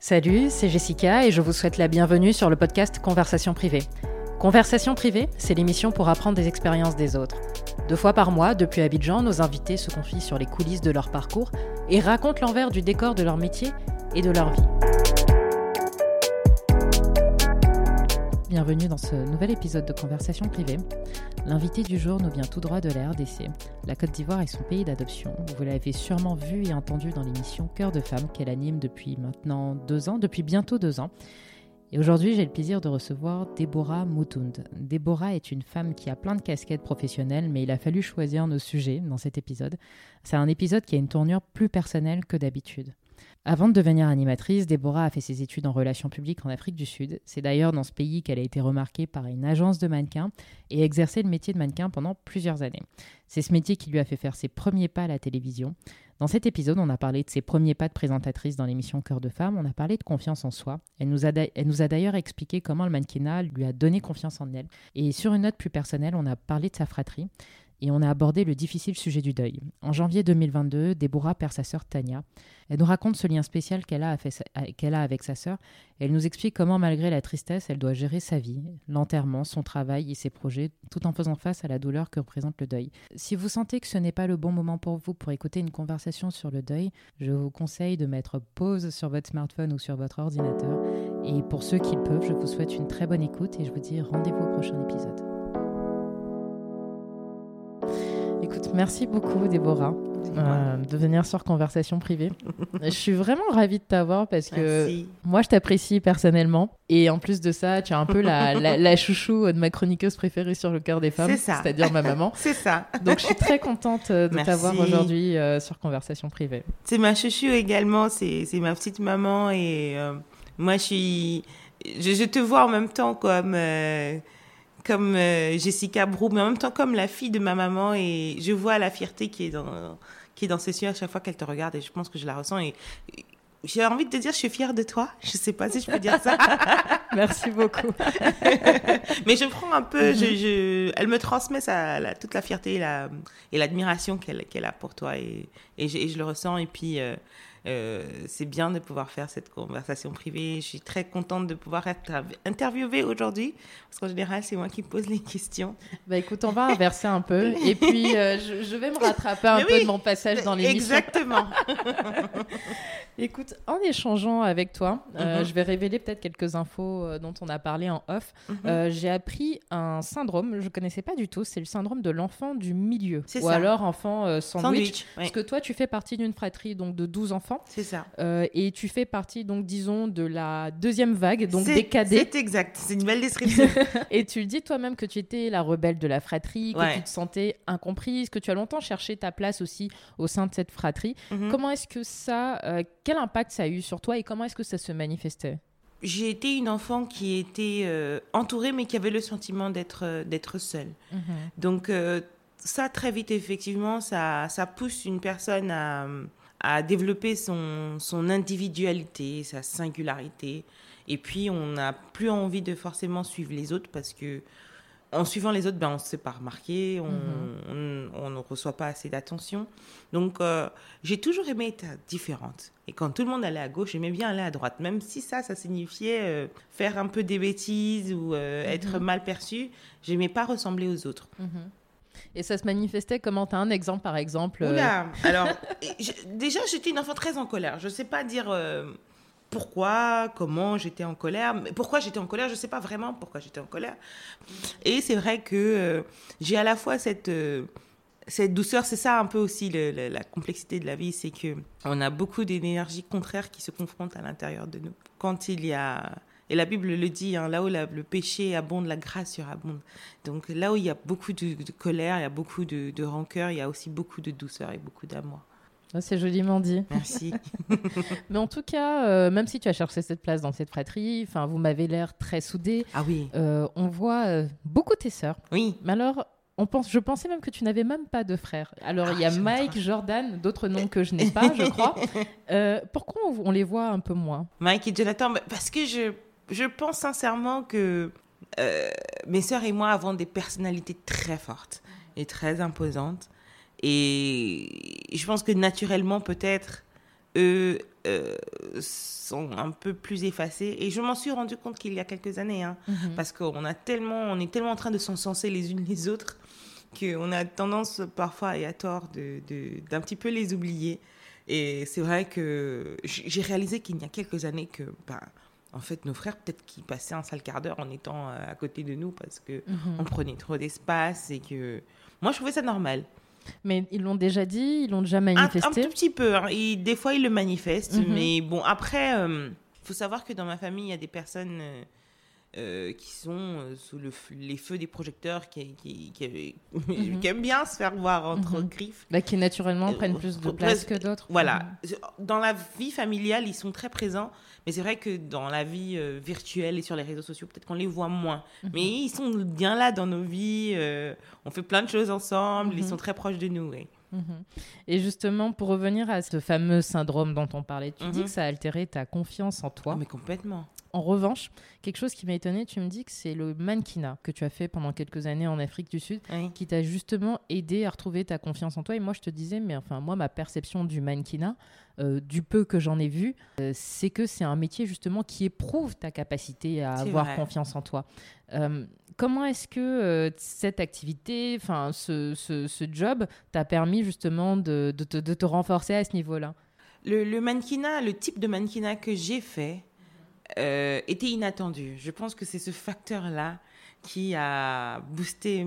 Salut, c'est Jessica et je vous souhaite la bienvenue sur le podcast Conversation privée. Conversation privée, c'est l'émission pour apprendre des expériences des autres. 2 fois par mois, depuis Abidjan, nos invités se confient sur les coulisses de leur parcours et racontent l'envers du décor de leur métier et de leur vie. Bienvenue dans ce nouvel épisode de Conversation privée. L'invité du jour nous vient tout droit de la RDC. La Côte d'Ivoire est son pays d'adoption. Vous l'avez sûrement vu et entendu dans l'émission Cœur de femme qu'elle anime depuis bientôt 2 ans. Et aujourd'hui, j'ai le plaisir de recevoir Deborah Moutound. Deborah est une femme qui a plein de casquettes professionnelles, mais il a fallu choisir nos sujets dans cet épisode. C'est un épisode qui a une tournure plus personnelle que d'habitude. Avant de devenir animatrice, Deborah a fait ses études en relations publiques en Afrique du Sud. C'est d'ailleurs dans ce pays qu'elle a été remarquée par une agence de mannequins et exercé le métier de mannequin pendant plusieurs années. C'est ce métier qui lui a fait faire ses premiers pas à la télévision. Dans cet épisode, on a parlé de ses premiers pas de présentatrice dans l'émission Cœur de femme, on a parlé de confiance en soi. Elle nous a d'ailleurs expliqué comment le mannequinat lui a donné confiance en elle. Et sur une note plus personnelle, on a parlé de sa fratrie. Et on a abordé le difficile sujet du deuil. En janvier 2022, Deborah perd sa sœur Tania. Elle nous raconte ce lien spécial qu'elle a avec sa sœur. Elle nous explique comment, malgré la tristesse, elle doit gérer sa vie, l'enterrement, son travail et ses projets, tout en faisant face à la douleur que représente le deuil. Si vous sentez que ce n'est pas le bon moment pour vous pour écouter une conversation sur le deuil, je vous conseille de mettre pause sur votre smartphone ou sur votre ordinateur. Et pour ceux qui le peuvent, je vous souhaite une très bonne écoute et je vous dis rendez-vous au prochain épisode. Écoute, merci beaucoup Déborah de venir sur Conversation privée. Je suis vraiment ravie de t'avoir parce que moi je t'apprécie personnellement et en plus de ça, tu es un peu la chouchou de ma chroniqueuse préférée sur le cœur des femmes, c'est-à-dire ma maman. C'est ça. Donc je suis très contente de t'avoir aujourd'hui sur Conversation privée. C'est ma chouchou également, c'est ma petite maman et moi je te vois en même temps comme Jessica Brou, mais en même temps comme la fille de ma maman, et je vois la fierté qui est dans ses yeux à chaque fois qu'elle te regarde, et je pense que je la ressens, et j'ai envie de te dire, je suis fière de toi. Je sais pas si je peux dire ça. Merci beaucoup. Mais je prends un peu, elle me transmet toute la fierté et l'admiration qu'elle a pour toi, et je le ressens, et puis c'est bien de pouvoir faire cette conversation privée. Je suis très contente de pouvoir être interviewée aujourd'hui, parce qu'en général, c'est moi qui pose les questions. Bah écoute, on va inverser un peu, et puis je vais me rattraper un peu de mon passage dans l'émission. Exactement. Écoute, en échangeant avec toi, je vais révéler peut-être quelques infos dont on a parlé en off. J'ai appris un syndrome, je ne connaissais pas du tout, c'est le syndrome de l'enfant du milieu. C'est ou ça. Alors enfant sandwich. Parce oui. que toi, tu fais partie d'une fratrie donc, de 12 enfants. C'est ça. Et tu fais partie, donc, disons, de la deuxième vague, donc des cadets. C'est exact, c'est une belle description. Et tu le dis toi-même que tu étais la rebelle de la fratrie, que tu te sentais incomprise, que tu as longtemps cherché ta place aussi au sein de cette fratrie. Comment est-ce que quel impact ça a eu sur toi et comment est-ce que ça se manifestait ? J'ai été une enfant qui était entourée, mais qui avait le sentiment d'être seule. Donc, ça, très vite, effectivement, ça pousse une personne à développer son individualité, sa singularité. Et puis, on n'a plus envie de forcément suivre les autres parce que en suivant les autres, on ne se fait pas remarquer, on ne reçoit pas assez d'attention. Donc, j'ai toujours aimé être différente. Et quand tout le monde allait à gauche, j'aimais bien aller à droite. Même si ça signifiait faire un peu des bêtises ou être mal perçue, je n'aimais pas ressembler aux autres. Et ça se manifestait comment ? Tu as un exemple, par exemple Oula, alors, déjà, j'étais une enfant très en colère. Je ne sais pas dire pourquoi, comment j'étais en colère. Mais pourquoi j'étais en colère, je ne sais pas vraiment pourquoi j'étais en colère. Et c'est vrai que j'ai à la fois cette douceur, c'est ça un peu aussi la complexité de la vie, c'est qu'on a beaucoup d'énergies contraires qui se confrontent à l'intérieur de nous. Quand il y a... Et la Bible le dit, là où le péché abonde, la grâce surabonde. Donc là où il y a beaucoup de colère, il y a beaucoup de rancœur, il y a aussi beaucoup de douceur et beaucoup d'amour. C'est joliment dit. Merci. Mais en tout cas, même si tu as cherché cette place dans cette fratrie, vous m'avez l'air très soudée. Ah oui. On voit beaucoup tes sœurs. Oui. Mais alors, je pensais même que tu n'avais même pas de frères. Alors, il y a Mike, Jordan, d'autres noms que je n'ai pas, je crois. Pourquoi on les voit un peu moins ? Mike et Jonathan, parce que je pense sincèrement que mes sœurs et moi avons des personnalités très fortes et très imposantes. Et je pense que naturellement, peut-être, eux sont un peu plus effacées. Et je m'en suis rendu compte qu'il y a quelques années, parce qu'on est tellement en train de s'encenser les unes les autres qu'on a tendance parfois et à tort d'un petit peu les oublier. Et c'est vrai que j'ai réalisé qu'il y a quelques années que, en fait, nos frères, peut-être qu'ils passaient un sale quart d'heure en étant à côté de nous parce qu'on prenait trop d'espace et que... Moi, je trouvais ça normal. Mais ils l'ont déjà dit, ils l'ont déjà manifesté. Un tout petit peu. Des fois, ils le manifestent. Mais bon, après, faut savoir que dans ma famille, il y a des personnes qui sont sous les feux des projecteurs, qui aiment bien se faire voir entre griffes. Qui naturellement prennent plus de place que d'autres. Voilà. Dans la vie familiale, ils sont très présents. Mais c'est vrai que dans la vie virtuelle et sur les réseaux sociaux, peut-être qu'on les voit moins. Mais ils sont bien là dans nos vies. On fait plein de choses ensemble. Ils sont très proches de nous. Oui. Et justement, pour revenir à ce fameux syndrome dont on parlait, tu dis que ça a altéré ta confiance en toi. Mais complètement. En revanche, quelque chose qui m'a étonnée, tu me dis que c'est le mannequinat que tu as fait pendant quelques années en Afrique du Sud, qui t'a justement aidé à retrouver ta confiance en toi. Et moi, je te disais, mais enfin, moi, ma perception du mannequinat, du peu que j'en ai vu, c'est que c'est un métier justement qui éprouve ta capacité à avoir confiance en toi. Comment est-ce que cette activité, ce job, t'a permis justement de te renforcer à ce niveau-là ? Le mannequinat, le type de mannequinat que j'ai fait était inattendu. Je pense que c'est ce facteur-là qui a boosté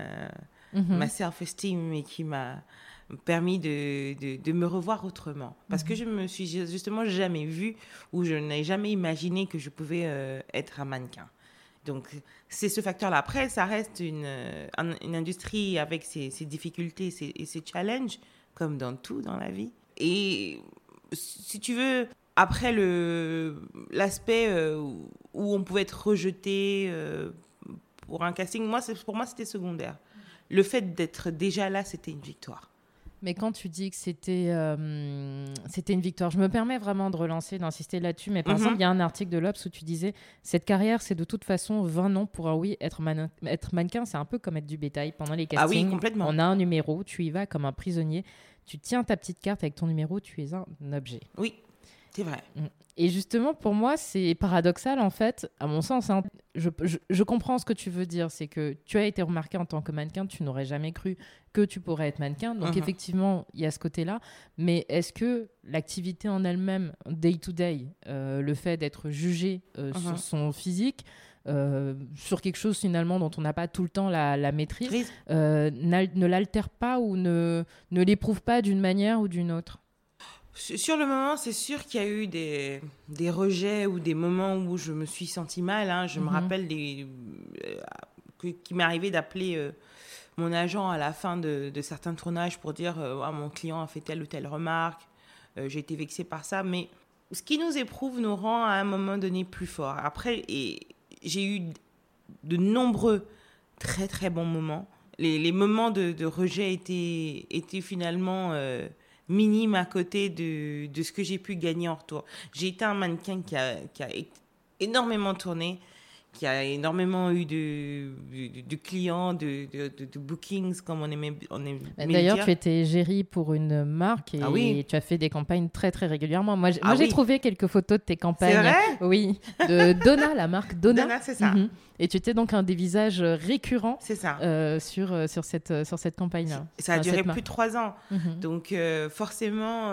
ma self-esteem et qui m'a permis de me revoir autrement. Parce que je me suis justement jamais vue ou je n'ai jamais imaginé que je pouvais être un mannequin. Donc, c'est ce facteur-là. Après, ça reste une industrie avec ses difficultés et ses challenges, comme dans tout dans la vie. Et si tu veux, après l'aspect où on pouvait être rejeté pour un casting, pour moi, c'était secondaire. Le fait d'être déjà là, c'était une victoire. Mais quand tu dis que c'était une victoire, je me permets vraiment de relancer, d'insister là-dessus. Mais par exemple, il y a un article de l'Obs où tu disais « Cette carrière, c'est de toute façon 20 noms pour un oui. Être mannequin, c'est un peu comme être du bétail. Pendant les castings, complètement. On a un numéro, tu y vas comme un prisonnier. Tu tiens ta petite carte avec ton numéro, tu es un objet. » Oui, c'est vrai. Et justement, pour moi, c'est paradoxal, en fait, à mon sens. Je comprends ce que tu veux dire. C'est que tu as été remarqué en tant que mannequin, tu n'aurais jamais cru que tu pourrais être mannequin. Donc, effectivement, il y a ce côté-là. Mais est-ce que l'activité en elle-même, day-to-day, le fait d'être jugé sur son physique, sur quelque chose, finalement, dont on n'a pas tout le temps la maîtrise, ne l'altère pas ou ne l'éprouve pas d'une manière ou d'une autre ? Sur le moment, c'est sûr qu'il y a eu des rejets ou des moments où je me suis sentie mal. Je me rappelle qu'il m'est arrivé d'appeler mon agent à la fin de certains tournages pour dire mon client a fait telle ou telle remarque, j'ai été vexée par ça. Mais ce qui nous éprouve nous rend à un moment donné plus forts. Après, j'ai eu de nombreux très très bons moments. Les moments de rejet étaient finalement... minime à côté de ce que j'ai pu gagner en retour. J'ai été un mannequin qui a énormément tourné, qui a énormément eu de clients, de bookings, comme on aimait D'ailleurs, dire. tu étais égérie pour une marque et tu as fait des campagnes très, très régulièrement. Moi, j'ai trouvé quelques photos de tes campagnes. C'est vrai ? Oui, de Donna, la marque Donna. Donna, c'est ça. Et tu étais donc un des visages récurrents sur cette campagne-là. Ça a duré plus de 3 ans. Donc, forcément...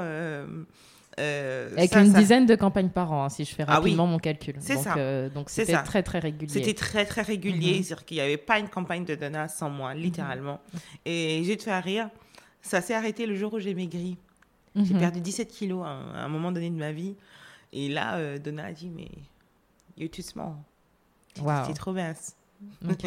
avec une dizaine de campagnes par an, si je fais rapidement mon calcul. Donc c'était très, très régulier. C'était très, très régulier. C'est-à-dire qu'il n'y avait pas une campagne de Donna sans moi, littéralement. Et je vais te faire rire. Ça s'est arrêté le jour où j'ai maigri. J'ai perdu 17 kilos à un moment donné de ma vie. Et là, Donna a dit, mais you're too small. Wow. T'es trop mince. Ok.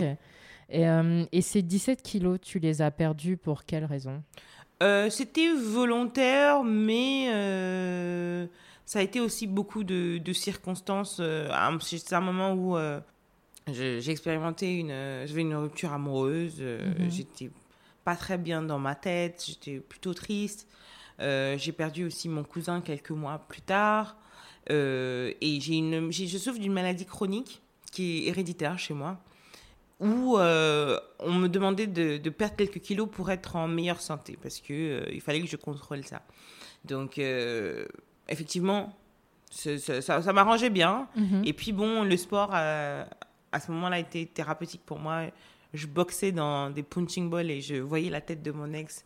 Et ces 17 kilos, tu les as perdus pour quelle raison ? C'était volontaire, mais ça a été aussi beaucoup de circonstances. C'est un moment où j'ai expérimenté j'avais une rupture amoureuse. J'étais pas très bien dans ma tête, j'étais plutôt triste. J'ai perdu aussi mon cousin quelques mois plus tard. Et je souffre d'une maladie chronique qui est héréditaire chez moi, où on me demandait de perdre quelques kilos pour être en meilleure santé, parce qu'il fallait que je contrôle ça. Donc, effectivement, ça m'arrangeait bien. Et puis bon, le sport, à ce moment-là, était thérapeutique pour moi. Je boxais dans des punching balls et je voyais la tête de mon ex.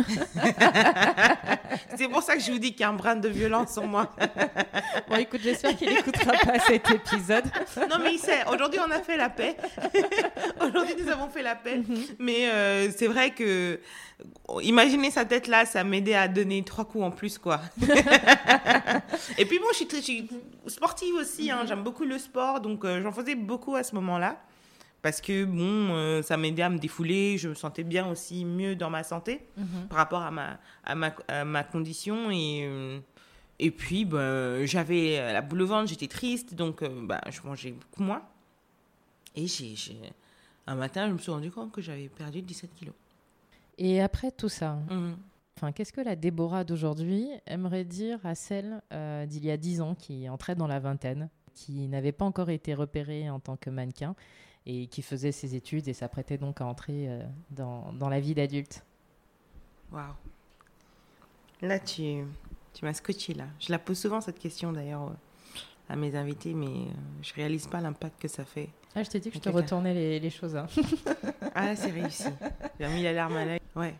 C'est pour ça que je vous dis qu'il y a un brin de violence en moi. Bon, écoute, j'espère qu'il n'écoutera pas cet épisode. Non, mais il sait. Aujourd'hui, on a fait la paix. Aujourd'hui, nous avons fait la paix. Mais c'est vrai que imaginer sa tête là, ça m'aidait à donner 3 coups en plus, quoi. Et puis bon, je suis sportive aussi. J'aime beaucoup le sport, donc j'en faisais beaucoup à ce moment-là. Parce que, bon, ça m'aidait à me défouler. Je me sentais bien aussi, mieux dans ma santé par rapport à ma condition. Et puis, j'avais la boule au ventre, j'étais triste. Donc, je mangeais beaucoup moins. Et un matin, je me suis rendu compte que j'avais perdu 17 kilos. Et après tout ça, qu'est-ce que la Déborah d'aujourd'hui aimerait dire à celle d'il y a 10 ans qui entrait dans la vingtaine, qui n'avait pas encore été repérée en tant que mannequin et qui faisait ses études et s'apprêtait donc à entrer dans la vie d'adulte? Waouh. Là, tu m'as scotché, là. Je la pose souvent, cette question, d'ailleurs, à mes invités, mais je réalise pas l'impact que ça fait. Ah, je t'ai dit que je te retournais les choses. Hein. Ah, c'est réussi. J'ai mis la larme à l'œil. Ouais.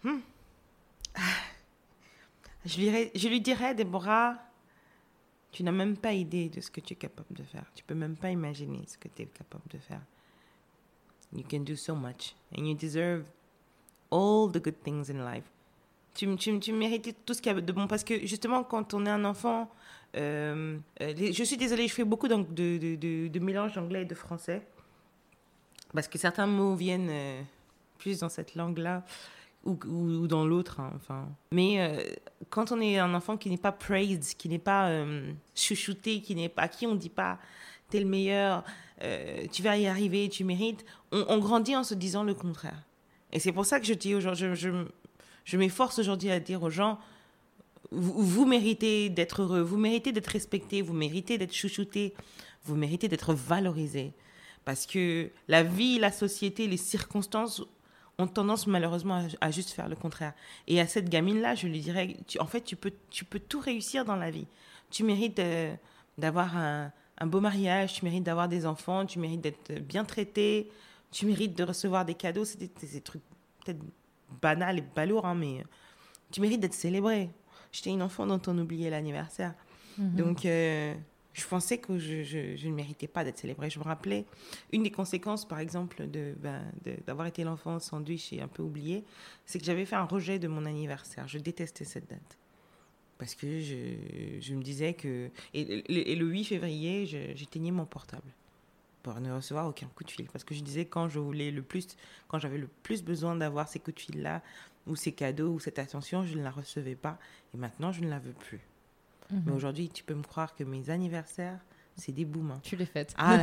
Je lui dirais, Déborah, tu n'as même pas idée de ce que tu es capable de faire. Tu peux même pas imaginer ce que tu es capable de faire. You can do so much. And you deserve all the good things in life. Tu mérites tout ce qu'il y a de bon. Parce que justement, quand on est un enfant... je suis désolée, je fais beaucoup de mélange d'anglais et de français. Parce que certains mots viennent plus dans cette langue-là ou dans l'autre. Mais quand on est un enfant qui n'est pas praised, qui n'est pas chouchouté, à qui on ne dit pas « t'es le meilleur, tu vas y arriver, tu mérites », on grandit en se disant le contraire. Et c'est pour ça que je dis aujourd'hui, je m'efforce aujourd'hui à dire aux gens « vous méritez d'être heureux, vous méritez d'être respecté, vous méritez d'être chouchouté, vous méritez d'être valorisé ». Parce que la vie, la société, les circonstances ont tendance malheureusement à juste faire le contraire. Et à cette gamine-là, je lui dirais, tu peux tout réussir dans la vie. Tu mérites d'avoir un beau mariage, tu mérites d'avoir des enfants, tu mérites d'être bien traité, tu mérites de recevoir des cadeaux. C'est des trucs peut-être banals et balourds, mais tu mérites d'être célébré. J'étais une enfant dont on oubliait l'anniversaire. Donc... je pensais que je ne méritais pas d'être célébrée. Je me rappelais, une des conséquences, par exemple, d'avoir été l'enfant sandwich et un peu oublié, c'est que j'avais fait un rejet de mon anniversaire. Je détestais cette date. Parce que je me disais que... Et le 8 février, j'éteignais mon portable pour ne recevoir aucun coup de fil. Parce que je disais quand j'avais le plus besoin d'avoir ces coups de fil-là, ou ces cadeaux, ou cette attention, je ne la recevais pas. Et maintenant, je ne la veux plus. Mais aujourd'hui, tu peux me croire que mes anniversaires, c'est des booms. Tu les fêtes. Ah.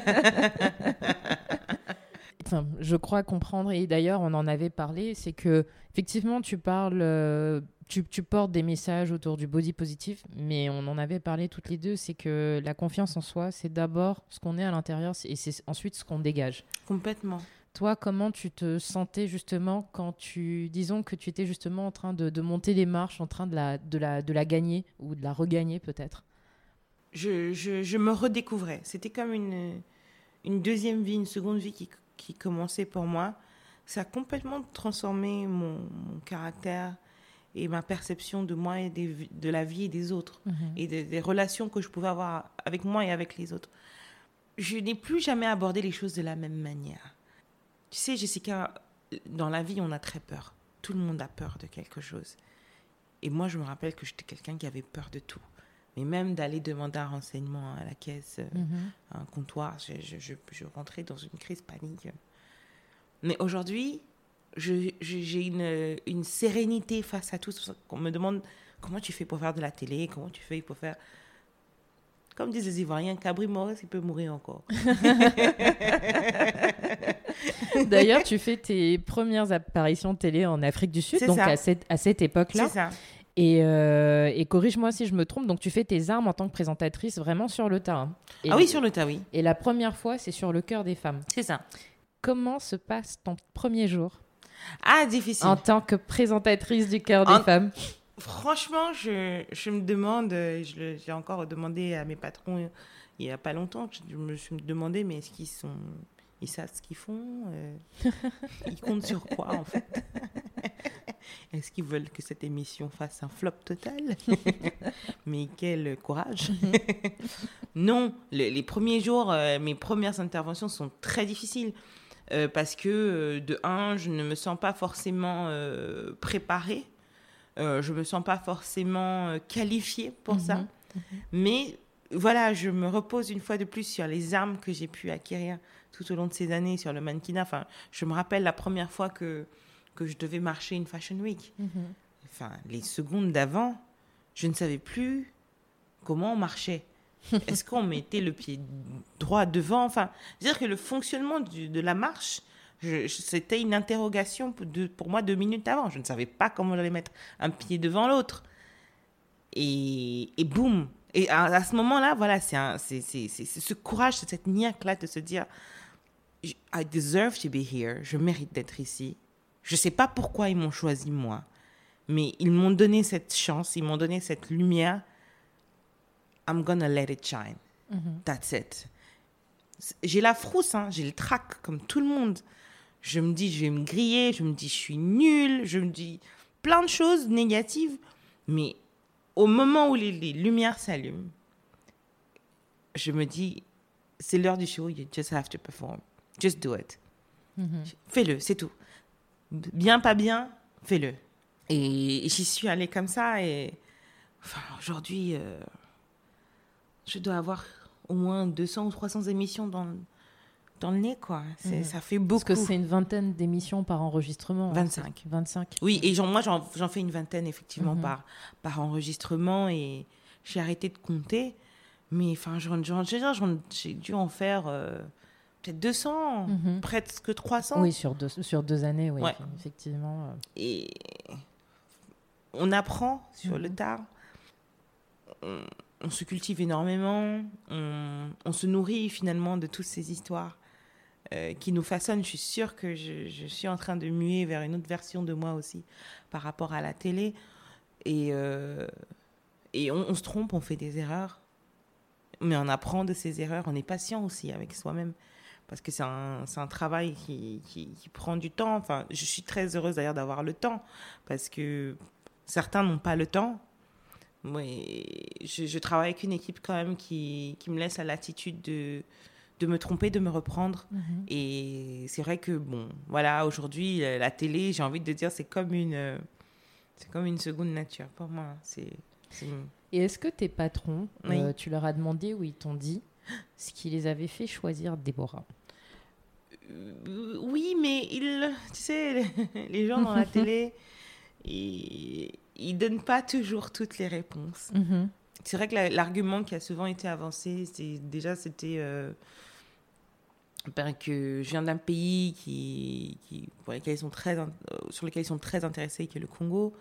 Je crois comprendre, et d'ailleurs, on en avait parlé, c'est que effectivement, tu parles, tu portes des messages autour du body positif, mais on en avait parlé toutes les deux, c'est que la confiance en soi, c'est d'abord ce qu'on est à l'intérieur, et c'est ensuite ce qu'on dégage. Complètement. Toi, comment tu te sentais justement quand disons que tu étais justement en train de monter les marches, en train de la gagner ou de la regagner peut-être? Je me redécouvrais. C'était comme une deuxième vie, une seconde vie qui commençait pour moi. Ça a complètement transformé mon caractère et ma perception de moi et de la vie et des autres et des relations que je pouvais avoir avec moi et avec les autres. Je n'ai plus jamais abordé les choses de la même manière. Tu sais, Jessica, dans la vie, on a très peur. Tout le monde a peur de quelque chose. Et moi, je me rappelle que j'étais quelqu'un qui avait peur de tout. Mais même d'aller demander un renseignement à la caisse, à un comptoir, je rentrais dans une crise panique. Mais aujourd'hui, j'ai une sérénité face à tout. On me demande comment tu fais pour faire de la télé, comment tu fais pour faire... Comme disent les Ivoiriens, Cabri Maurice, il peut mourir encore. D'ailleurs, tu fais tes premières apparitions de télé en Afrique du Sud, c'est donc ça. à cette époque-là. C'est ça. Et corrige-moi si je me trompe, donc tu fais tes armes en tant que présentatrice vraiment sur le tas. Oui, sur le tas, oui. Et la première fois, c'est sur le cœur des femmes. C'est ça. Comment se passe ton premier jour difficile. en tant que présentatrice du cœur des femmes? Franchement, je me demande, j'ai encore demandé à mes patrons il n'y a pas longtemps, je me suis demandé, mais est-ce ils savent ce qu'ils font ils comptent sur quoi, en fait? Est-ce qu'ils veulent que cette émission fasse un flop total? Mais quel courage! Non, les premiers jours, mes premières interventions sont très difficiles parce que, de un, je ne me sens pas forcément préparée. Je ne me sens pas forcément qualifiée pour ça. Mais voilà, je me repose une fois de plus sur les armes que j'ai pu acquérir tout au long de ces années sur le mannequinat. Enfin, je me rappelle la première fois que je devais marcher une Fashion Week. Enfin, les secondes d'avant, je ne savais plus comment on marchait. Est-ce qu'on mettait le pied droit devant? Enfin, c'est-à-dire que le fonctionnement de la marche, c'était une interrogation pour moi 2 minutes avant. Je ne savais pas comment j'allais mettre un pied devant l'autre. Et boum. Et à ce moment-là, voilà, c'est ce courage, c'est cette niaque-là de se dire I deserve to be here. Je mérite d'être ici. Je ne sais pas pourquoi ils m'ont choisi moi, mais ils m'ont donné cette chance, ils m'ont donné cette lumière. I'm gonna let it shine. That's it. J'ai la frousse, hein, j'ai le trac comme tout le monde. Je me dis, je vais me griller, je me dis, je suis nulle, je me dis plein de choses négatives. Mais au moment où les lumières s'allument, je me dis, c'est l'heure du show, you just have to perform. Just do it. Fais-le, c'est tout. Bien, pas bien, fais-le. Et j'y suis allée comme ça. Et enfin, aujourd'hui, je dois avoir au moins 200 ou 300 émissions dans le nez, quoi. Ça fait beaucoup. Parce que c'est une vingtaine d'émissions par enregistrement. 25. 25. Oui, et moi, j'en fais une vingtaine, effectivement, par enregistrement. Et j'ai arrêté de compter. Mais enfin, j'ai dû en faire peut-être 200, presque 300. Oui, sur 2 années, oui, ouais. Effectivement. Et on apprend sur le tard. On se cultive énormément. On se nourrit finalement de toutes ces histoires qui nous façonnent. Je suis sûre que je suis en train de muer vers une autre version de moi aussi par rapport à la télé. Et on se trompe, on fait des erreurs. Mais on apprend de ces erreurs. On est patient aussi avec soi-même. Parce que c'est un travail qui prend du temps. Enfin, je suis très heureuse d'ailleurs d'avoir le temps. Parce que certains n'ont pas le temps. Moi, je travaille avec une équipe quand même qui me laisse la latitude de me tromper, de me reprendre. Et c'est vrai que, bon, voilà, aujourd'hui, la télé, j'ai envie de dire, c'est comme une seconde nature pour moi. Et est-ce que tes patrons, oui. Tu leur as demandé ou ils t'ont dit ce qui les avait fait choisir Déborah? Oui, mais tu sais, les gens dans la télé, ils donnent pas toujours toutes les réponses. C'est vrai que l'argument qui a souvent été avancé, c'était que je viens d'un pays sur lequel ils sont très intéressés, qui est le Congo.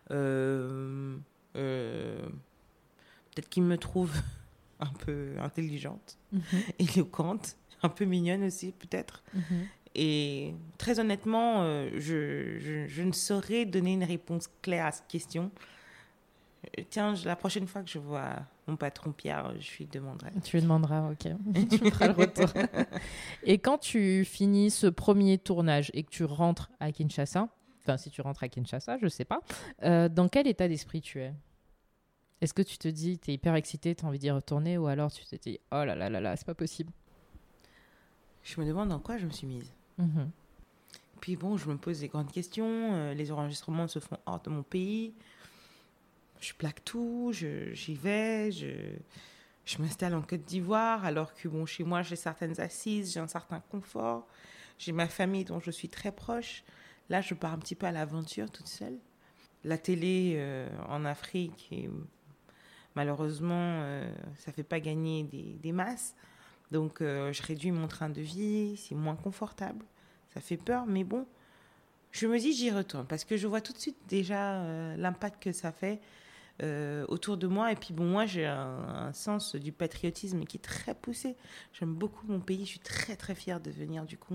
Peut-être qu'ils me trouvent un peu intelligente, éloquente, un peu mignonne aussi, peut-être. Et très honnêtement, je ne saurais donner une réponse claire à cette question. Tiens, la prochaine fois que je vois mon patron Pierre, je lui demanderai. Tu lui demanderas, ok. Tu me feras le retour. Et quand tu finis ce premier tournage et que tu rentres à Kinshasa, enfin si tu rentres à Kinshasa, je ne sais pas, dans quel état d'esprit tu es? Est-ce que tu te dis, tu es hyper excitée, tu as envie d'y retourner, ou alors tu te dis, oh là là là là, c'est pas possible? Je me demande dans quoi je me suis mise. Puis bon, je me pose des grandes questions. Les enregistrements se font hors de mon pays. Je plaque tout, j'y vais, je m'installe en Côte d'Ivoire, alors que bon, chez moi, j'ai certaines assises, j'ai un certain confort. J'ai ma famille dont je suis très proche. Là, je pars un petit peu à l'aventure toute seule. La télé en Afrique, malheureusement, ça ne fait pas gagner des masses. Donc, je réduis mon train de vie, c'est moins confortable. Ça fait peur, mais bon, je me dis j'y retourne parce que je vois tout de suite déjà l'impact que ça fait autour de moi. Et puis bon, moi, j'ai un sens du patriotisme qui est très poussé. J'aime beaucoup mon pays, je suis très très fière de venir du Congo.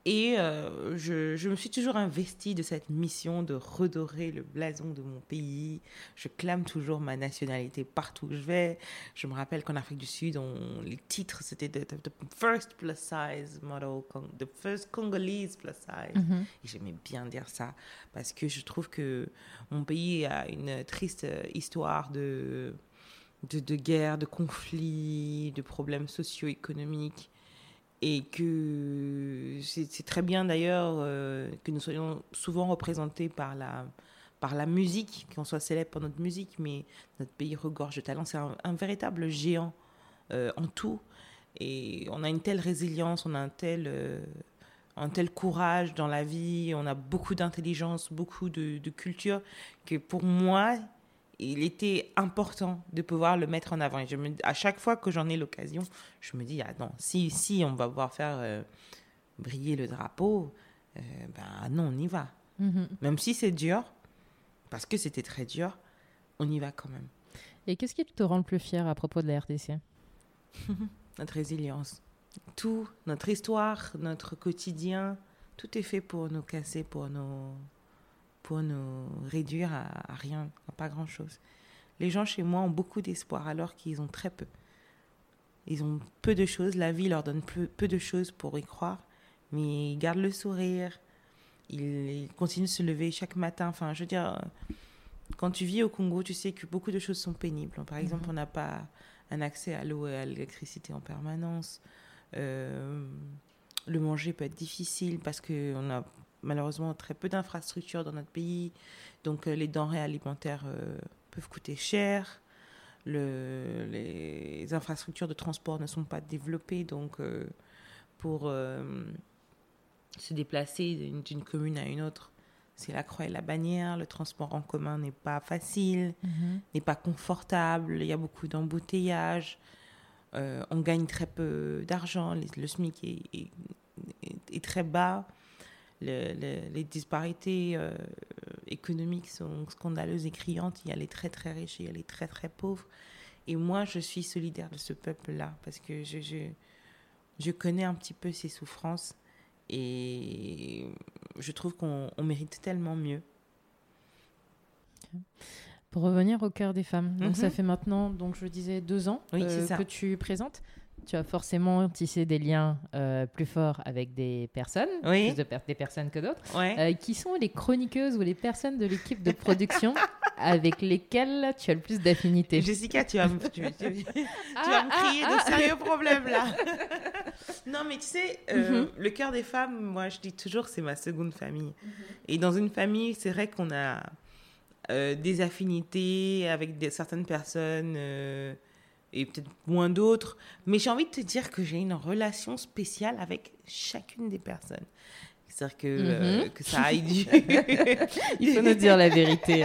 Et je me suis toujours investie de cette mission de redorer le blason de mon pays. Je clame toujours ma nationalité partout où je vais. Je me rappelle qu'en Afrique du Sud, les titres, c'était the first plus size model, the first Congolese plus size. Mm-hmm. Et j'aimais bien dire ça parce que je trouve que mon pays a une triste histoire de guerre, de conflits, de problèmes socio-économiques. Et que c'est très bien d'ailleurs que nous soyons souvent représentés par la musique, qu'on soit célèbre pour notre musique, mais notre pays regorge de talent. C'est un véritable géant en tout. Et on a une telle résilience, on a un tel courage dans la vie, on a beaucoup d'intelligence, beaucoup de culture, que pour moi, il était important de pouvoir le mettre en avant. Et à chaque fois que j'en ai l'occasion, je me dis, ah non, si on va pouvoir faire briller le drapeau, non, on y va. Mm-hmm. Même si c'est dur, parce que c'était très dur, on y va quand même. Et qu'est-ce qui te rend le plus fier à propos de la RDC ? Notre résilience. Tout, notre histoire, notre quotidien, tout est fait pour nous casser, pour nous réduire à rien, à pas grand-chose. Les gens chez moi ont beaucoup d'espoir alors qu'ils ont très peu. Ils ont peu de choses, la vie leur donne peu de choses pour y croire, mais ils gardent le sourire, ils continuent de se lever chaque matin. Enfin, je veux dire, quand tu vis au Congo, tu sais que beaucoup de choses sont pénibles. Par exemple, on n'a pas un accès à l'eau et à l'électricité en permanence. Le manger peut être difficile parce qu'on a malheureusement très peu d'infrastructures dans notre pays, donc les denrées alimentaires peuvent coûter cher, les infrastructures de transport ne sont pas développées, donc pour se déplacer d'une commune à une autre, c'est la croix et la bannière, le transport en commun n'est pas facile, n'est pas confortable, il y a beaucoup d'embouteillages, on gagne très peu d'argent, le SMIC est très bas. Les disparités économiques sont scandaleuses et criantes. Il y a les très très riches et il y a les très très pauvres. Et moi, je suis solidaire de ce peuple-là parce que je connais un petit peu ses souffrances et je trouve qu'on mérite tellement mieux. Pour revenir au cœur des femmes, donc ça fait maintenant, donc je disais 2 ans que tu présentes. Tu as forcément tissé des liens plus forts avec des personnes, plus des personnes que d'autres. Ouais. Qui sont les chroniqueuses ou les personnes de l'équipe de production avec lesquelles tu as le plus d'affinité ? Jessica, tu vas me crier de sérieux problèmes là. Non, mais tu sais, le cœur des femmes, moi je dis toujours que c'est ma seconde famille. Et dans une famille, c'est vrai qu'on a des affinités avec certaines personnes... et peut-être moins d'autres, mais j'ai envie de te dire que j'ai une relation spéciale avec chacune des personnes. C'est-à-dire que ça aille Il faut nous dire la vérité.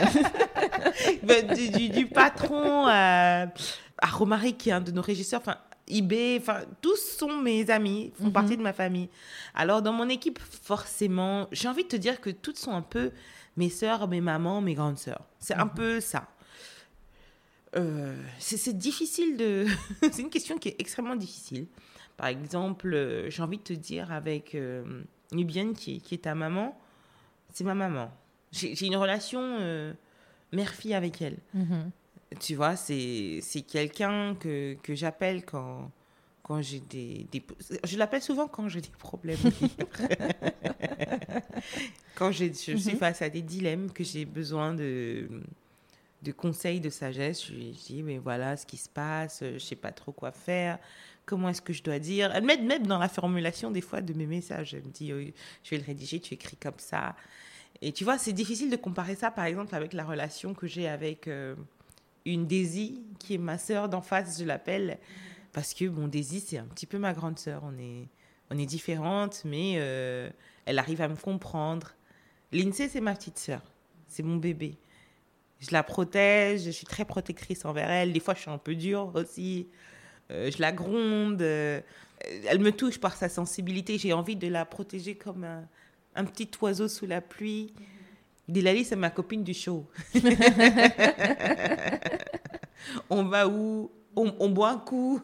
Du patron à Romaric, qui est un de nos régisseurs, enfin, Ibé, enfin, tous sont mes amis, font partie de ma famille. Alors, dans mon équipe, forcément, j'ai envie de te dire que toutes sont un peu mes sœurs, mes mamans, mes grandes sœurs. C'est un peu ça. C'est difficile de... c'est une question qui est extrêmement difficile. Par exemple, j'ai envie de te dire avec Nubienne, qui est ta maman, c'est ma maman. J'ai une relation mère-fille avec elle. Tu vois, c'est quelqu'un que j'appelle quand j'ai des... Je l'appelle souvent quand j'ai des problèmes. Quand je suis face à des dilemmes, que j'ai besoin de conseils, de sagesse, je lui dis, mais voilà ce qui se passe, je ne sais pas trop quoi faire, comment est-ce que je dois dire. Elle m'aide même dans la formulation des fois de mes messages. Elle me dit, oh, je vais le rédiger, tu écris comme ça. Et tu vois, c'est difficile de comparer ça, par exemple, avec la relation que j'ai avec une Daisy, qui est ma sœur d'en face, je l'appelle, parce que, bon, Daisy, c'est un petit peu ma grande sœur. On est différentes, mais elle arrive à me comprendre. Lindsay, c'est ma petite sœur, c'est mon bébé. Je la protège, je suis très protectrice envers elle. Des fois, je suis un peu dure aussi. Je la gronde. Elle me touche par sa sensibilité. J'ai envie de la protéger comme un petit oiseau sous la pluie. Dilali, c'est ma copine du show. On va où ?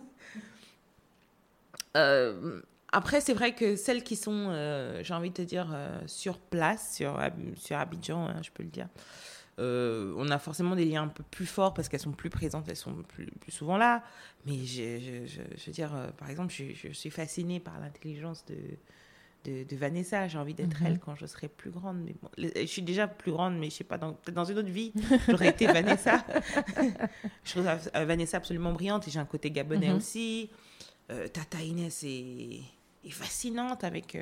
On boit un coup. Après, c'est vrai que celles qui sont, j'ai envie de te dire, sur place, sur Abidjan, hein, je peux le dire, on a forcément des liens un peu plus forts parce qu'elles sont plus présentes, elles sont plus souvent là. Mais je veux dire, par exemple, je suis fascinée par l'intelligence de Vanessa. J'ai envie d'être elle quand je serai plus grande. Mais bon, je suis déjà plus grande, mais je sais pas, peut-être dans une autre vie, j'aurais été Vanessa. Je trouve Vanessa absolument brillante et j'ai un côté gabonais aussi. Tata Inès est fascinante avec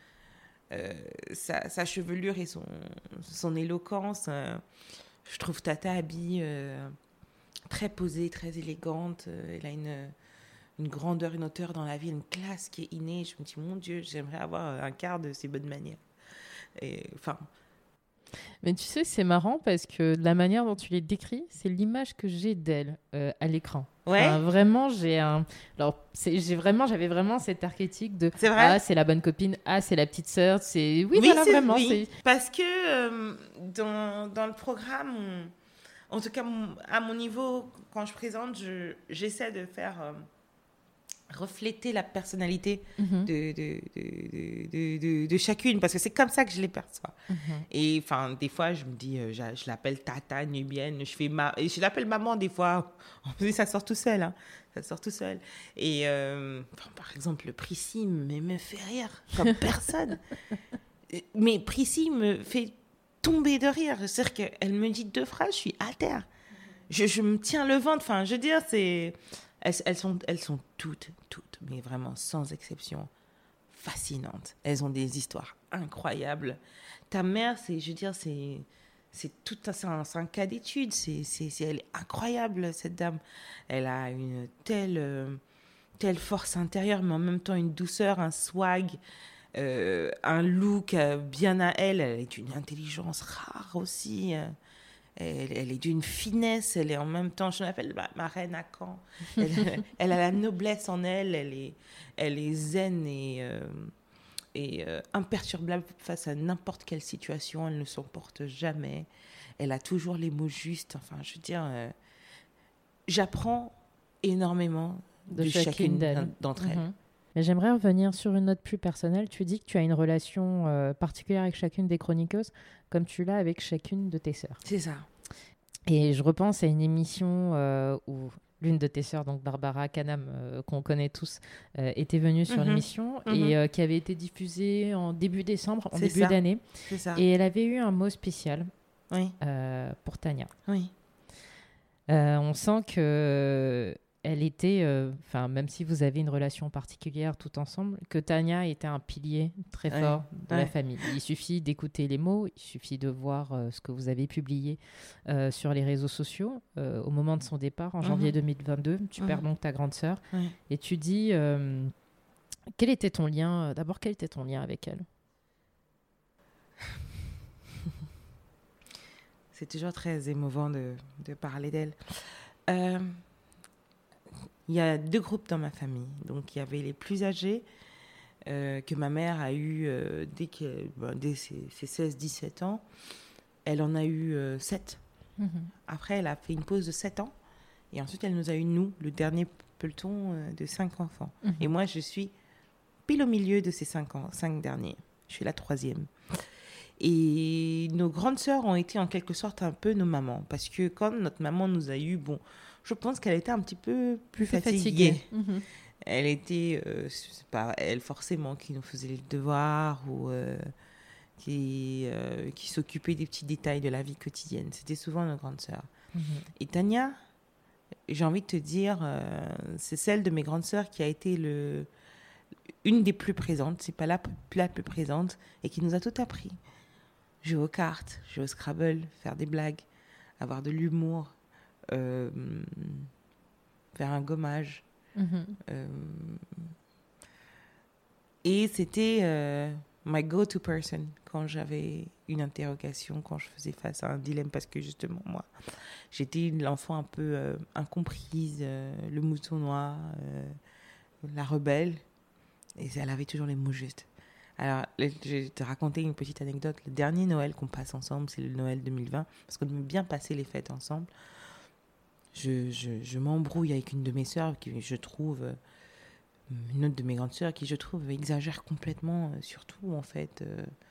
sa chevelure et son éloquence. Je trouve Tata Abby très posée, très élégante. Elle a une grandeur, une hauteur dans la vie, une classe qui est innée. Je me dis, mon Dieu, j'aimerais avoir un quart de ses bonnes manières. Mais tu sais, c'est marrant parce que la manière dont tu les décris, c'est l'image que j'ai d'elle à l'écran. Ouais. Enfin, vraiment, j'avais vraiment cet archétype de c'est vrai. C'est la bonne copine, c'est la petite sœur. Oui, voilà, vraiment. Oui. Parce que dans le programme, en tout cas à mon niveau, quand je présente, j'essaie de faire refléter la personnalité de chacune, parce que c'est comme ça que je les perçois. Et enfin, des fois, je me dis, je l'appelle Tata nubienne, je l'appelle maman des fois. En plus, ça sort tout seul, hein. Ça sort tout seul. Et par exemple, le Prissy me fait rire comme personne. Mais Prissy me fait tomber de rire. C'est-à-dire qu'elle me dit 2 phrases, je suis à terre. Je me tiens le ventre. Enfin, je veux dire, c'est... Elles sont toutes, mais vraiment sans exception, fascinantes. Elles ont des histoires incroyables. Ta mère, c'est un cas d'étude. Elle est incroyable, cette dame. Elle a une telle force intérieure, mais en même temps une douceur, un swag, un look bien à elle. Elle est d'une intelligence rare aussi. Elle est d'une finesse, elle est en même temps, je l'appelle ma reine à Caen. Elle a la noblesse en elle, elle est zen et imperturbable face à n'importe quelle situation, elle ne s'emporte jamais, elle a toujours les mots justes. Enfin, je veux dire, j'apprends énormément de chacune d'entre elles. Mais j'aimerais revenir sur une note plus personnelle. Tu dis que tu as une relation particulière avec chacune des chroniqueuses, comme tu l'as avec chacune de tes sœurs. C'est ça. Et je repense à une émission où l'une de tes sœurs, donc Barbara Canam, qu'on connaît tous, était venue sur une mission et qui avait été diffusée en début décembre, en début d'année. C'est ça. Et elle avait eu un mot spécial pour Tania. Oui. On sent que... elle était, même si vous avez une relation particulière tout ensemble, que Tania était un pilier très fort de la famille. Il suffit d'écouter les mots, il suffit de voir ce que vous avez publié sur les réseaux sociaux au moment de son départ, en janvier 2022. Tu perds donc ta grande sœur. Et tu dis, quel était ton lien avec elle? C'est toujours très émouvant de parler d'elle. Il y a 2 groupes dans ma famille. Donc, il y avait les plus âgés que ma mère a eu dès ses 16-17 ans. Elle en a eu 7. Après, elle a fait une pause de 7 ans. Et ensuite, elle nous a eu, nous, le dernier peloton de 5 enfants. Et moi, je suis pile au milieu de ces 5 derniers. Je suis la 3e. Et nos grandes sœurs ont été en quelque sorte un peu nos mamans. Parce que quand notre maman nous a eu, je pense qu'elle était un petit peu plus fatiguée. Elle était, c'est pas elle forcément qui nous faisait les devoirs ou qui s'occupait des petits détails de la vie quotidienne. C'était souvent nos grandes sœurs. Et Tania, j'ai envie de te dire, c'est celle de mes grandes sœurs qui a été une des plus présentes, c'est pas la plus présente, et qui nous a tout appris. Jouer aux cartes, jouer au Scrabble, faire des blagues, avoir de l'humour, faire un gommage. Et c'était my go-to person quand j'avais une interrogation, quand je faisais face à un dilemme, parce que justement, moi, j'étais l'enfant un peu incomprise, le mouton noir, la rebelle, et elle avait toujours les mots justes. Alors, je vais te raconter une petite anecdote. Le dernier Noël qu'on passe ensemble, c'est le Noël 2020, parce qu'on aime bien passer les fêtes ensemble. Je m'embrouille avec une de mes sœurs qui, je trouve, une autre de mes grandes sœurs qui, je trouve, exagère complètement sur tout, en fait.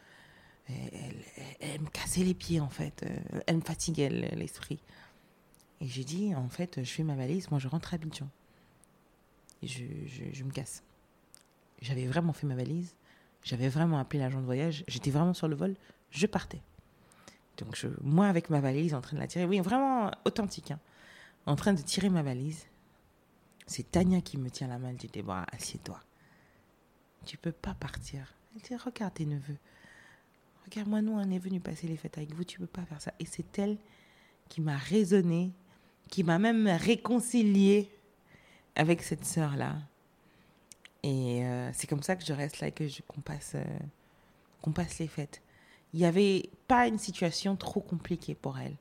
Elle me cassait les pieds, en fait. Elle me fatiguait l'esprit. Et j'ai dit, en fait, je fais ma valise, moi je rentre à Abidjan. Et je me casse. J'avais vraiment fait ma valise. J'avais vraiment appelé l'agent de voyage. J'étais vraiment sur le vol. Je partais. Donc, moi, avec ma valise, en train de la tirer. Oui, vraiment authentique. Hein, en train de tirer ma valise. C'est Tania qui me tient la main. Elle dit, Déborah, assieds-toi. Tu peux pas partir. Elle dit, regarde tes neveux. Regarde-moi, nous, on est venus passer les fêtes avec vous. Tu peux pas faire ça. Et c'est elle qui m'a raisonné, qui m'a même réconciliée avec cette sœur-là. Et c'est comme ça que je reste là et qu'on passe les fêtes. Il n'y avait pas une situation trop compliquée pour elle.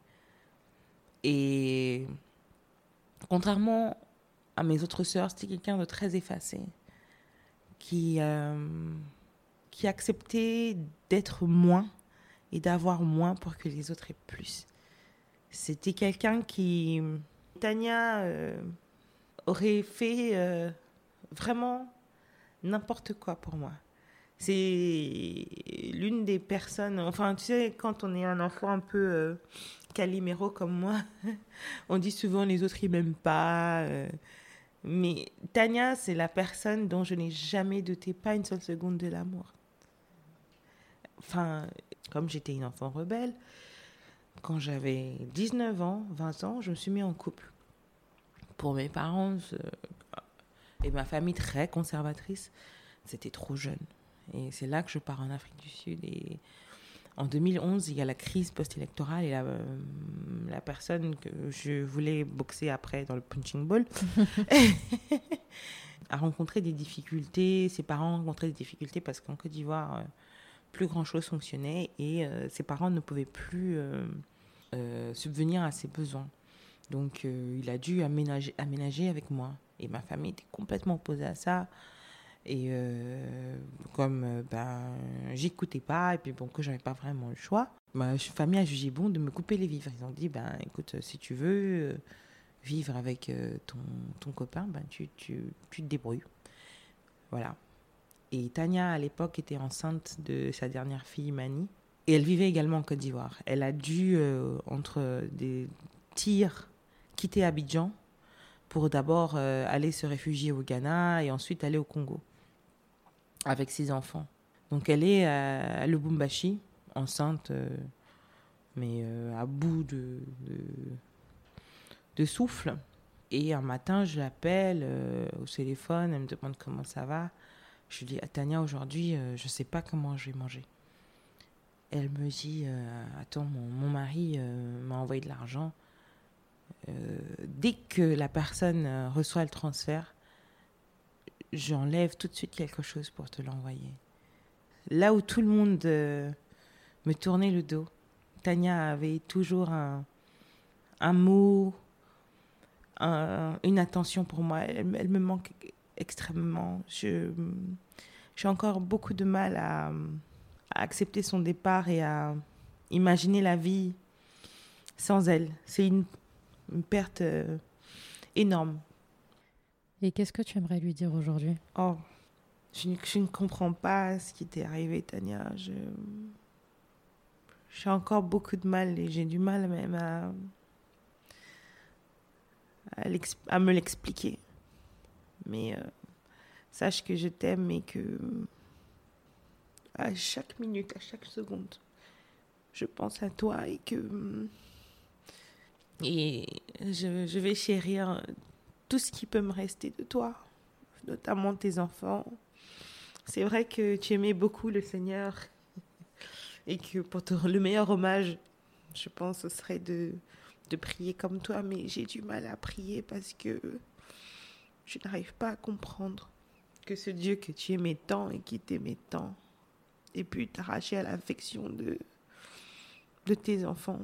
Et contrairement à mes autres sœurs, c'était quelqu'un de très effacé, qui acceptait d'être moins et d'avoir moins pour que les autres aient plus. C'était quelqu'un qui... Tania aurait fait vraiment n'importe quoi pour moi. C'est l'une des personnes... Enfin, tu sais, quand on est un enfant un peu caliméro comme moi, on dit souvent les autres, ils m'aiment pas. Mais Tania, c'est la personne dont je n'ai jamais douté, pas une seule seconde de l'amour. Enfin, comme j'étais une enfant rebelle, quand j'avais 19 ans, 20 ans, je me suis mis en couple. Pour mes parents et ma famille très conservatrice, c'était trop jeune. Et c'est là que je pars en Afrique du Sud. Et en 2011, il y a la crise post-électorale et la personne que je voulais boxer après dans le punching ball a rencontré des difficultés. Ses parents rencontraient des difficultés parce qu'en Côte d'Ivoire, plus grand-chose fonctionnait et ses parents ne pouvaient plus subvenir à ses besoins. Donc, il a dû aménager avec moi. Et ma famille était complètement opposée à ça. Et comme j'écoutais pas, et puis bon, que j'avais pas vraiment le choix, ma famille a jugé bon de me couper les vivres. Ils ont dit, écoute, si tu veux vivre avec ton copain, tu te débrouilles. Voilà. Et Tania, à l'époque, était enceinte de sa dernière fille, Mani. Et elle vivait également en Côte d'Ivoire. Elle a dû, entre des tirs, quitter Abidjan pour d'abord aller se réfugier au Ghana et ensuite aller au Congo avec ses enfants. Donc elle est à Lubumbashi, enceinte, mais à bout de souffle. Et un matin, je l'appelle au téléphone, elle me demande comment ça va. Je lui dis, Tania, aujourd'hui, je ne sais pas comment je vais manger. Elle me dit, attends, mon mari m'a envoyé de l'argent. Dès que la personne reçoit le transfert, j'enlève tout de suite quelque chose pour te l'envoyer. Là où tout le monde me tournait le dos, Tania avait toujours un mot, une attention pour moi. Elle me manque extrêmement. J'ai encore beaucoup de mal à accepter son départ et à imaginer la vie sans elle. C'est une perte énorme. Et qu'est-ce que tu aimerais lui dire aujourd'hui ? Oh, je ne comprends pas ce qui t'est arrivé, Tania. J'ai encore beaucoup de mal et j'ai du mal même à me l'expliquer. Mais sache que je t'aime et que à chaque minute, à chaque seconde, je pense à toi et je vais chérir tout ce qui peut me rester de toi, notamment tes enfants. C'est vrai que tu aimais beaucoup le Seigneur et que pour le meilleur hommage, je pense, ce serait de prier comme toi, mais j'ai du mal à prier parce que je n'arrive pas à comprendre que ce Dieu que tu aimais tant et qui t'aimait tant ait pu t'arracher à l'affection de tes enfants.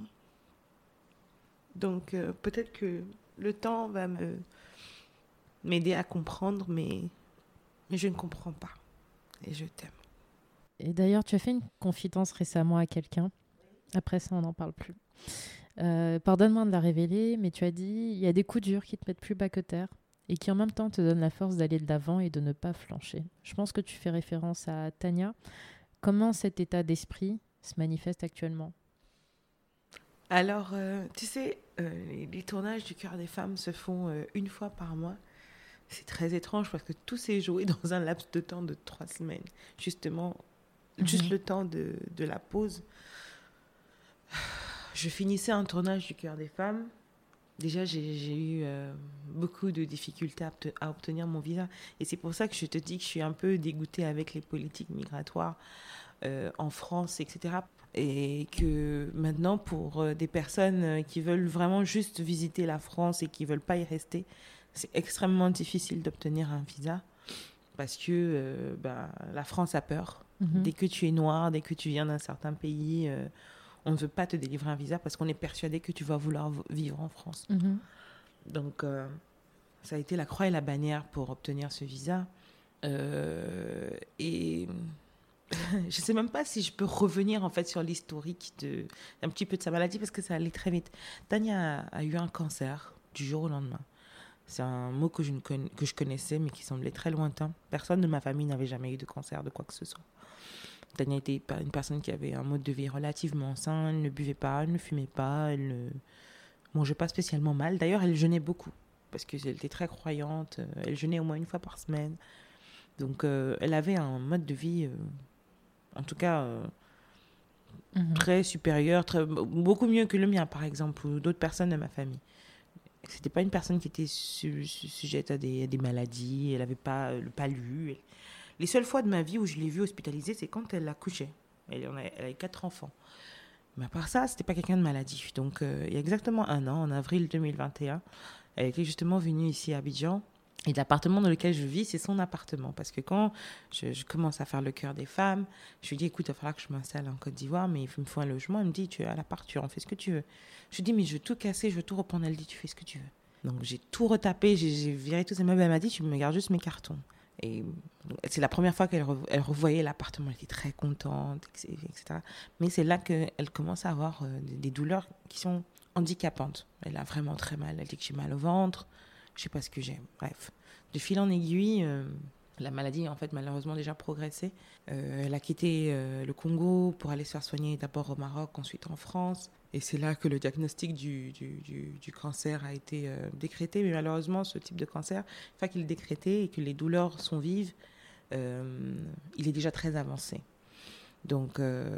Donc peut-être que le temps va m'aider à comprendre, mais je ne comprends pas. Et je t'aime. Et d'ailleurs, tu as fait une confidence récemment à quelqu'un. Après ça, on n'en parle plus. Pardonne-moi de la révéler, mais tu as dit, il y a des coups durs qui te mettent plus bas que terre. et qui en même temps te donne la force d'aller de l'avant et de ne pas flancher. Je pense que tu fais référence à Tania. Comment cet état d'esprit se manifeste actuellement ? Alors, tu sais, les tournages du Cœur des femmes se font une fois par mois. C'est très étrange parce que tout s'est joué dans un laps de temps de 3 semaines. Justement, juste le temps de la pause. Je finissais un tournage du Cœur des femmes. Déjà, j'ai eu beaucoup de difficultés à obtenir mon visa. Et c'est pour ça que je te dis que je suis un peu dégoûtée avec les politiques migratoires en France, etc. Et que maintenant, pour des personnes qui veulent vraiment juste visiter la France et qui ne veulent pas y rester, c'est extrêmement difficile d'obtenir un visa parce que la France a peur. Dès que tu es noir, dès que tu viens d'un certain pays, on ne veut pas te délivrer un visa parce qu'on est persuadé que tu vas vouloir vivre en France. Donc, ça a été la croix et la bannière pour obtenir ce visa. Et je ne sais même pas si je peux revenir en fait sur l'historique un petit peu de sa maladie parce que ça allait très vite. Tania a eu un cancer du jour au lendemain. C'est un mot que je connaissais mais qui semblait très lointain. Personne de ma famille n'avait jamais eu de cancer de quoi que ce soit. Tania était une personne qui avait un mode de vie relativement sain. Elle ne buvait pas, elle ne fumait pas, elle ne mangeait pas spécialement mal. D'ailleurs, elle jeûnait beaucoup parce qu'elle était très croyante. Elle jeûnait au moins une fois par semaine. Donc, elle avait un mode de vie, en tout cas, très supérieur, beaucoup mieux que le mien, par exemple, ou d'autres personnes de ma famille. C'était pas une personne qui était sujette à des maladies. Elle n'avait pas le palu. Les seules fois de ma vie où je l'ai vue hospitalisée, c'est quand elle accouchait. Elle avait 4 enfants. Mais à part ça, c'était pas quelqu'un de maladif. Donc, il y a exactement 1 an, en avril 2021, elle était justement venue ici à Abidjan. Et l'appartement dans lequel je vis, c'est son appartement. Parce que quand je commence à faire le Cœur des femmes, je lui dis, écoute, il va falloir que je m'installe en Côte d'Ivoire, mais il me faut un logement. Elle me dit, tu es à l'appart, tu en fais ce que tu veux. Je lui dis, mais je veux tout casser, je veux tout reprendre. Elle dit, tu fais ce que tu veux. Donc, j'ai tout retapé, j'ai viré tous ces meubles. Elle m'a dit, tu me gardes juste mes cartons. Et c'est la première fois qu'elle revoyait l'appartement. Elle était très contente, etc. Mais c'est là qu'elle commence à avoir des douleurs qui sont handicapantes. Elle a vraiment très mal. Elle dit que j'ai mal au ventre. Je ne sais pas ce que j'ai. Bref, de fil en aiguille, la maladie a en fait malheureusement déjà progressé. Elle a quitté le Congo pour aller se faire soigner d'abord au Maroc, ensuite en France. Et c'est là que le diagnostic du cancer a été décrété. Mais malheureusement, ce type de cancer, une fois qu'il est décrété et que les douleurs sont vives, il est déjà très avancé. Donc,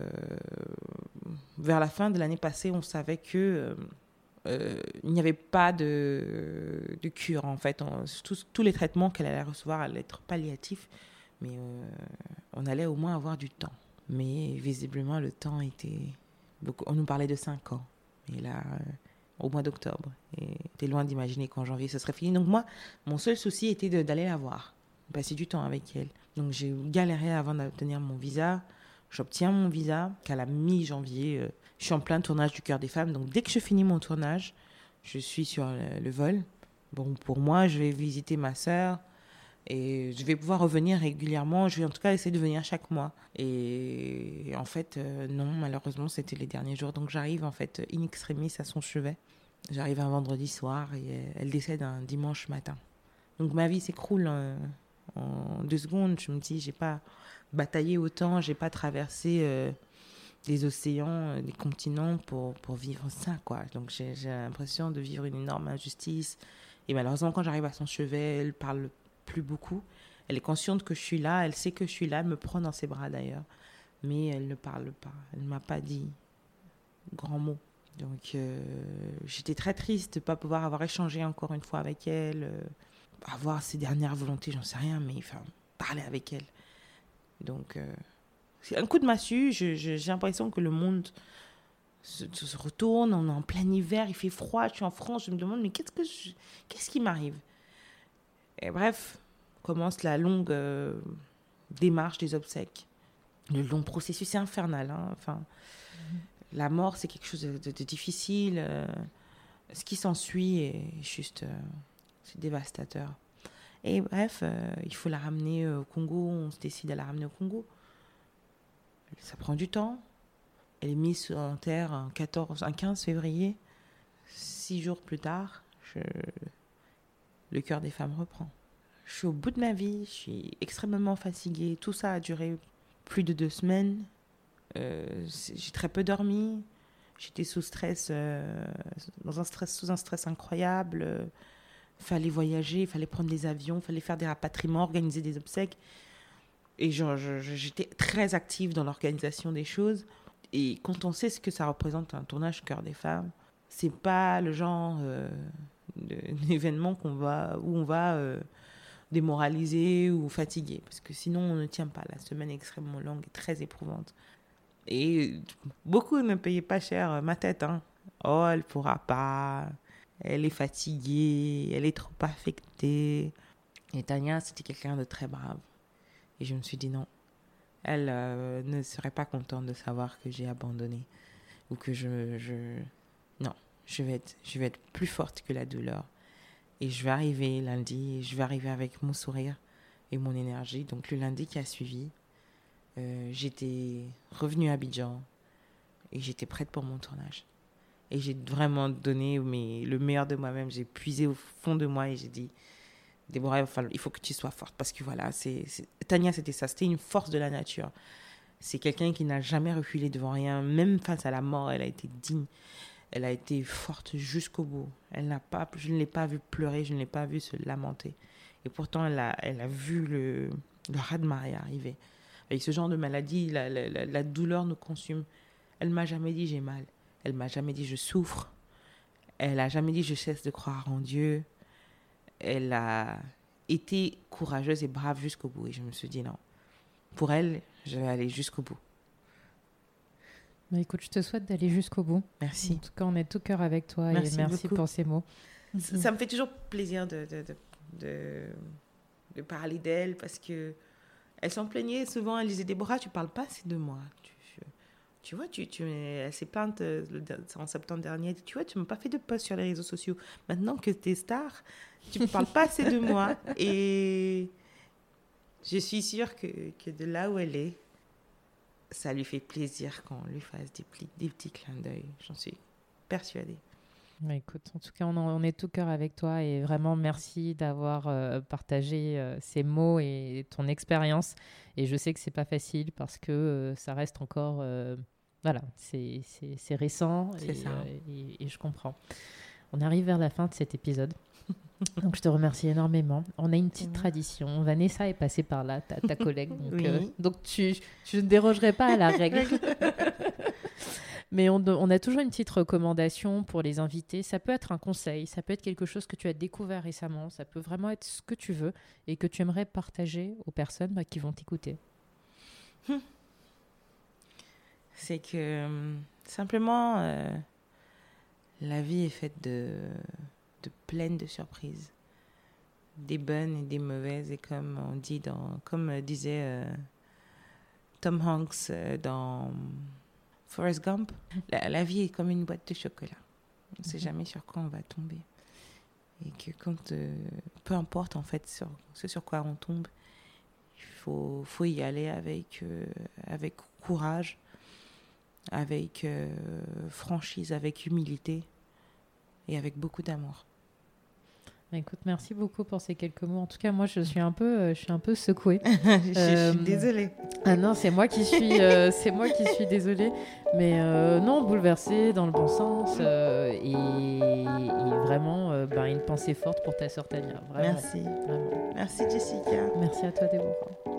vers la fin de l'année passée, on savait que il n'y avait pas de cure, en fait. Tous les traitements qu'elle allait recevoir allaient être palliatifs, mais on allait au moins avoir du temps. Mais visiblement, le temps était... on nous parlait de 5 ans. Et là, au mois d'octobre. Et t'es loin d'imaginer qu'en janvier, ce serait fini. Donc moi, mon seul souci était d'aller la voir, passer du temps avec elle. Donc j'ai galéré avant d'obtenir mon visa. J'obtiens mon visa qu'à la mi-janvier. Je suis en plein tournage du Cœur des femmes. Donc dès que je finis mon tournage, je suis sur le vol. Bon, pour moi, je vais visiter ma sœur. Et je vais pouvoir revenir régulièrement. Je vais en tout cas essayer de venir chaque mois. Et en fait, non, malheureusement, c'était les derniers jours. Donc j'arrive en fait in extremis à son chevet. J'arrive un vendredi soir et elle décède un dimanche matin. Donc ma vie s'écroule en 2 secondes. Je me dis, j'ai pas bataillé autant, j'ai pas traversé des océans, des continents pour vivre ça, quoi. Donc j'ai l'impression de vivre une énorme injustice. Et malheureusement, quand j'arrive à son chevet, elle parle plus beaucoup. Elle est consciente que je suis là, elle sait que je suis là, elle me prend dans ses bras d'ailleurs. Mais elle ne parle pas, elle ne m'a pas dit grand mot. Donc j'étais très triste de ne pas pouvoir avoir échangé encore une fois avec elle, avoir ses dernières volontés, j'en sais rien, mais enfin, parler avec elle. Donc c'est un coup de massue, j'ai l'impression que le monde se retourne, on est en plein hiver, il fait froid, je suis en France, je me demande mais qu'est-ce qui m'arrive ? Et bref, commence la longue démarche des obsèques. Le long processus, c'est infernal. Hein. Enfin, la mort, c'est quelque chose de difficile. Ce qui s'ensuit est juste... c'est dévastateur. Et bref, il faut la ramener au Congo. On se décide à la ramener au Congo. Ça prend du temps. Elle est mise en terre un 15 février. 6 jours plus tard, le cœur des femmes reprend. Je suis au bout de ma vie, je suis extrêmement fatiguée. Tout ça a duré plus de 2 semaines. J'ai très peu dormi. J'étais sous un stress incroyable. Fallait voyager, il fallait prendre des avions, il fallait faire des rapatriements, organiser des obsèques. Et j'étais très active dans l'organisation des choses. Et quand on sait ce que ça représente un tournage Cœur des femmes, c'est pas le genre d'événement où on va démoraliser ou fatiguer. Parce que sinon, on ne tient pas. La semaine est extrêmement longue et très éprouvante. Et beaucoup ne payaient pas cher ma tête. Hein. Oh, elle pourra pas. Elle est fatiguée. Elle est trop affectée. Et Tania, c'était quelqu'un de très brave. Et je me suis dit non. Elle ne serait pas contente de savoir que j'ai abandonné. Ou que Non, je vais être plus forte que la douleur. Et je vais arriver lundi. Et je vais arriver avec mon sourire et mon énergie. Donc le lundi qui a suivi, j'étais revenue à Abidjan. Et j'étais prête pour mon tournage. Et j'ai vraiment donné le meilleur de moi-même. J'ai puisé au fond de moi et j'ai dit... Déborah, il faut que tu sois forte parce que voilà, Tania, c'était ça, c'était une force de la nature. C'est quelqu'un qui n'a jamais reculé devant rien, même face à la mort, elle a été digne, elle a été forte jusqu'au bout. Je ne l'ai pas vue pleurer, je ne l'ai pas vue se lamenter. Et pourtant, elle a vu le raz-de-marée arriver. Avec ce genre de maladie, la douleur nous consume. Elle m'a jamais dit j'ai mal, elle m'a jamais dit je souffre, elle a jamais dit je cesse de croire en Dieu. Elle a été courageuse et brave jusqu'au bout. Et je me suis dit non. Pour elle, je vais aller jusqu'au bout. Bah écoute, je te souhaite d'aller jusqu'au bout. Merci. En tout cas, on est tout cœur avec toi. Merci et merci pour ces mots. Ça me fait toujours plaisir de parler d'elle parce que elle s'en plaignait souvent. Elle disait Déborah, tu parles pas assez de moi. Tu vois, elle s'est plainte en septembre dernier. Tu vois, tu m'as pas fait de post sur les réseaux sociaux. Maintenant que tu es star, tu ne parles pas assez de moi. Et je suis sûre que de là où elle est, ça lui fait plaisir qu'on lui fasse des petits clins d'œil. J'en suis persuadée. Écoute, en tout cas, on est tout cœur avec toi et vraiment merci d'avoir partagé ces mots et ton expérience. Et je sais que c'est pas facile parce que ça reste encore... Voilà, c'est récent et je comprends. On arrive vers la fin de cet épisode. Donc, je te remercie énormément. On a une petite tradition. Vanessa est passée par là, ta collègue. Donc, oui. Donc tu ne dérogerais pas à la règle. Mais on a toujours une petite recommandation pour les invités. Ça peut être un conseil, ça peut être quelque chose que tu as découvert récemment. Ça peut vraiment être ce que tu veux et que tu aimerais partager aux personnes qui vont t'écouter. C'est que simplement, la vie est faite de pleine de surprises, des bonnes et des mauvaises. Et comme on dit comme disait Tom Hanks dans Forrest Gump, la vie est comme une boîte de chocolat. On ne sait jamais sur quoi on va tomber. Et que peu importe en fait ce sur quoi on tombe, il faut y aller avec courage, avec franchise, avec humilité et avec beaucoup d'amour. Écoute, merci beaucoup pour ces quelques mots. En tout cas, moi, je suis un peu secouée. Je suis désolée. Ah non, c'est moi qui suis désolée. Mais non, bouleversée dans le bon sens et vraiment une pensée forte pour ta sœur Tania. Vraiment, Merci. vraiment. Merci Jessica. Merci à toi, Déborah.